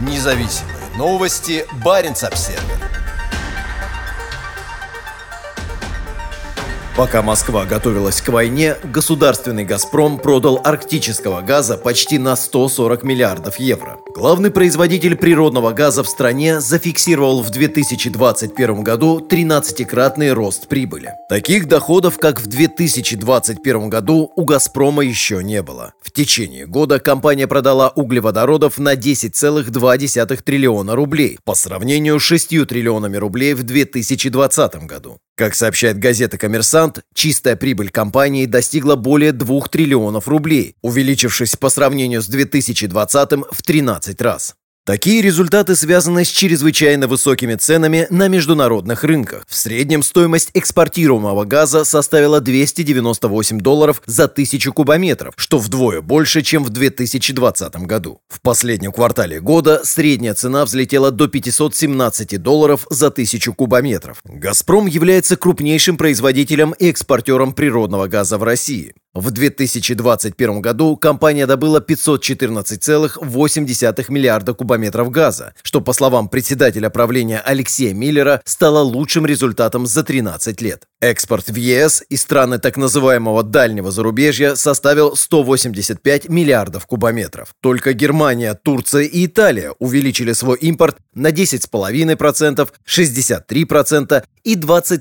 Независимые новости. Баренц-Обсервер. Пока Москва готовилась к войне, государственный «Газпром» продал арктического газа почти на 140 миллиардов евро. Главный производитель природного газа в стране зафиксировал в 2021 году 13-кратный рост прибыли. Таких доходов, как в 2021 году, у «Газпрома» еще не было. В течение года компания продала углеводородов на 10,2 триллиона рублей, по сравнению с 6 триллионами рублей в 2020 году. Как сообщает газета «Коммерсант», чистая прибыль компании достигла более 2 триллионов рублей, увеличившись по сравнению с 2020 в 13 раз. Такие результаты связаны с чрезвычайно высокими ценами на международных рынках. В среднем стоимость экспортируемого газа составила $298 за 1000 кубометров, что вдвое больше, чем в 2020 году. В последнем квартале года средняя цена взлетела до $517 за 1000 кубометров. «Газпром» является крупнейшим производителем и экспортером природного газа в России. В 2021 году компания добыла 514,8 миллиарда кубометров газа, что, по словам председателя правления Алексея Миллера, стало лучшим результатом за 13 лет. Экспорт в ЕС и страны так называемого дальнего зарубежья составил 185 миллиардов кубометров. Только Германия, Турция и Италия увеличили свой импорт на 10,5%, 63% и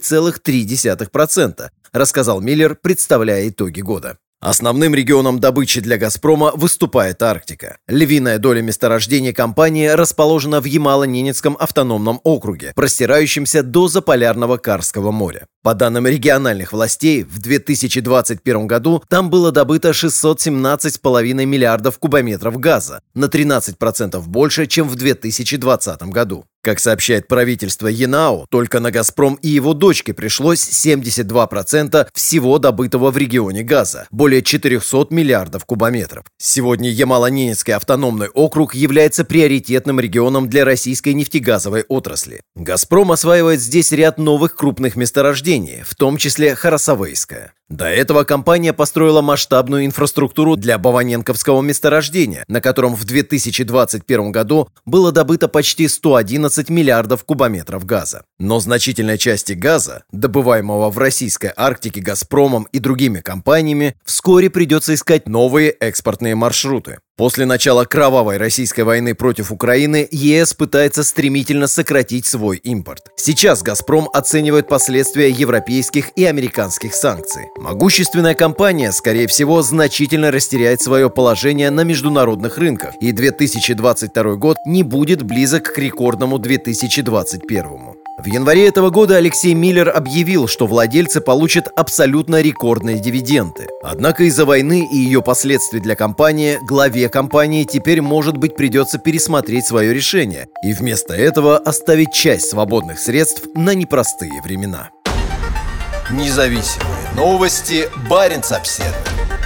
20,3%, рассказал Миллер, представляя итоги года. Основным регионом добычи для «Газпрома» выступает Арктика. Львиная доля месторождений компании расположена в Ямало-Ненецком автономном округе, простирающемся до заполярного Карского моря. По данным региональных властей, в 2021 году там было добыто 617,5 миллиардов кубометров газа, на 13% больше, чем в 2020 году. Как сообщает правительство ЕНАО, только на «Газпром» и его дочке пришлось 72% всего добытого в регионе газа, более 400 миллиардов кубометров. Сегодня Ямало-Ненецкий автономный округ является приоритетным регионом для российской нефтегазовой отрасли. «Газпром» осваивает здесь ряд новых крупных месторождений, в том числе Харасовейское. До этого компания построила масштабную инфраструктуру для Баваненковского месторождения, на котором в 2021 году было добыто почти 111 миллиардов кубометров газа. Но значительной части газа, добываемого в российской Арктике «Газпромом» и другими компаниями, вскоре придется искать новые экспортные маршруты. После начала кровавой российской войны против Украины ЕС пытается стремительно сократить свой импорт. Сейчас «Газпром» оценивает последствия европейских и американских санкций. Могущественная компания, скорее всего, значительно растеряет свое положение на международных рынках, и 2022 год не будет близок к рекордному 2021. В январе этого года Алексей Миллер объявил, что владельцы получат абсолютно рекордные дивиденды. Однако из-за войны и ее последствий для компании, главе компании теперь, может быть, придется пересмотреть свое решение и вместо этого оставить часть свободных средств на непростые времена. Независимые новости. Баренц-Обсервер.